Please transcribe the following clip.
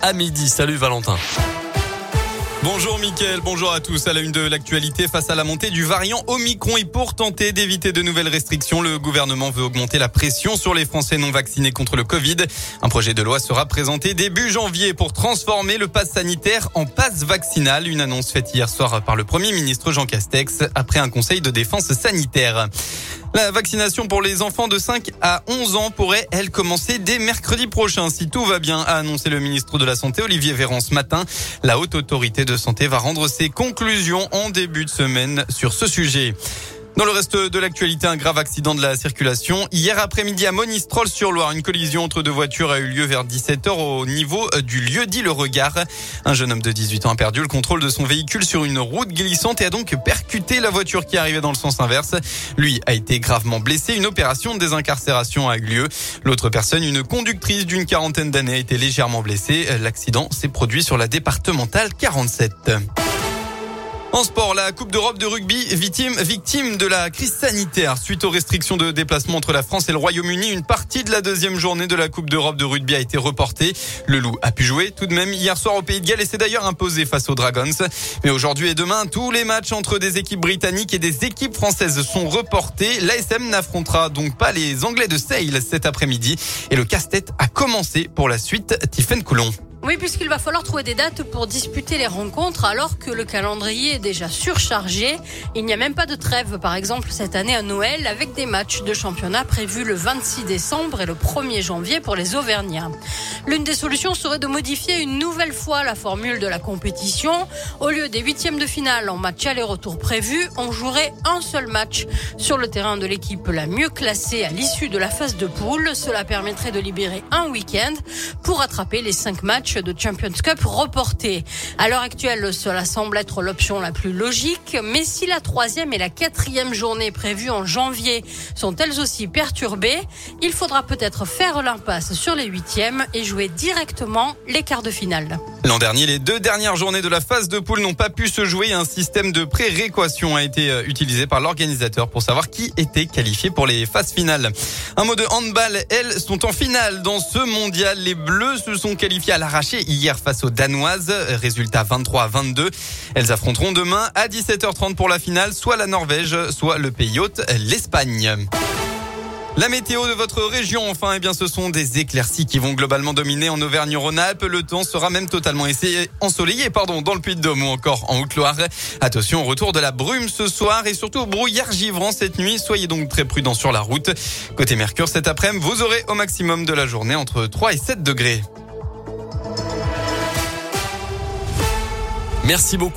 à midi. Salut Valentin. Bonjour Mickaël, bonjour à tous. À la une de l'actualité, face à la montée du variant Omicron et pour tenter d'éviter de nouvelles restrictions, le gouvernement veut augmenter la pression sur les Français non vaccinés contre le Covid. Un projet de loi sera présenté début janvier pour transformer le pass sanitaire en pass vaccinal. Une annonce faite hier soir par le Premier ministre Jean Castex après un conseil de défense sanitaire. La vaccination pour les enfants de 5 à 11 ans pourrait, elle, commencer dès mercredi prochain. Si tout va bien, a annoncé le ministre de la Santé, Olivier Véran, ce matin. La Haute Autorité de Santé va rendre ses conclusions en début de semaine sur ce sujet. Dans le reste de l'actualité, un grave accident de la circulation. Hier après-midi à Monistrol-sur-Loire, une collision entre deux voitures a eu lieu vers 17h au niveau du lieu dit Le Regard. Un jeune homme de 18 ans a perdu le contrôle de son véhicule sur une route glissante et a donc percuté la voiture qui arrivait dans le sens inverse. Lui a été gravement blessé. Une opération de désincarcération a eu lieu. L'autre personne, une conductrice d'une quarantaine d'années, a été légèrement blessée. L'accident s'est produit sur la départementale 47. En sport, la Coupe d'Europe de rugby victime de la crise sanitaire. Suite aux restrictions de déplacement entre la France et le Royaume-Uni, une partie de la deuxième journée de la Coupe d'Europe de rugby a été reportée. Le Loup a pu jouer tout de même hier soir au Pays de Galles et s'est d'ailleurs imposé face aux Dragons. Mais aujourd'hui et demain, tous les matchs entre des équipes britanniques et des équipes françaises sont reportés. L'ASM n'affrontera donc pas les Anglais de Sale cet après-midi. Et le casse-tête a commencé pour la suite. Tiffaine Coulon. Oui, puisqu'il va falloir trouver des dates pour disputer les rencontres alors que le calendrier est déjà surchargé. Il n'y a même pas de trêve, par exemple, cette année à Noël, avec des matchs de championnat prévus le 26 décembre et le 1er janvier pour les Auvergnats. L'une des solutions serait de modifier une nouvelle fois la formule de la compétition. Au lieu des huitièmes de finale en match aller-retour prévus, on jouerait un seul match sur le terrain de l'équipe la mieux classée à l'issue de la phase de poule. Cela permettrait de libérer un week-end pour rattraper les 5 matchs de Champions Cup reportés. À l'heure actuelle, cela semble être l'option la plus logique, mais si la 3e et la 4e journée prévues en janvier sont elles aussi perturbées, il faudra peut-être faire l'impasse sur les 8e et jouer directement les quarts de finale. L'an dernier, les 2 dernières journées de la phase de poule n'ont pas pu se jouer. Un système de pré-réquation a été utilisé par l'organisateur pour savoir qui était qualifié pour les phases finales. Un mot de handball, elles sont en finale dans ce mondial. Les Bleus se sont qualifiés à l'arraché hier face aux Danoises. Résultat 23-22. Elles affronteront demain à 17h30 pour la finale, soit la Norvège, soit le pays hôte, l'Espagne. La météo de votre région, enfin, ce sont des éclaircies qui vont globalement dominer en Auvergne-Rhône-Alpes. Le temps sera même totalement ensoleillé, dans le Puy-de-Dôme ou encore en Haute-Loire. Attention au retour de la brume ce soir et surtout au brouillard givrant cette nuit. Soyez donc très prudents sur la route. Côté Mercure, cet après-midi, vous aurez au maximum de la journée entre 3 et 7 degrés. Merci beaucoup.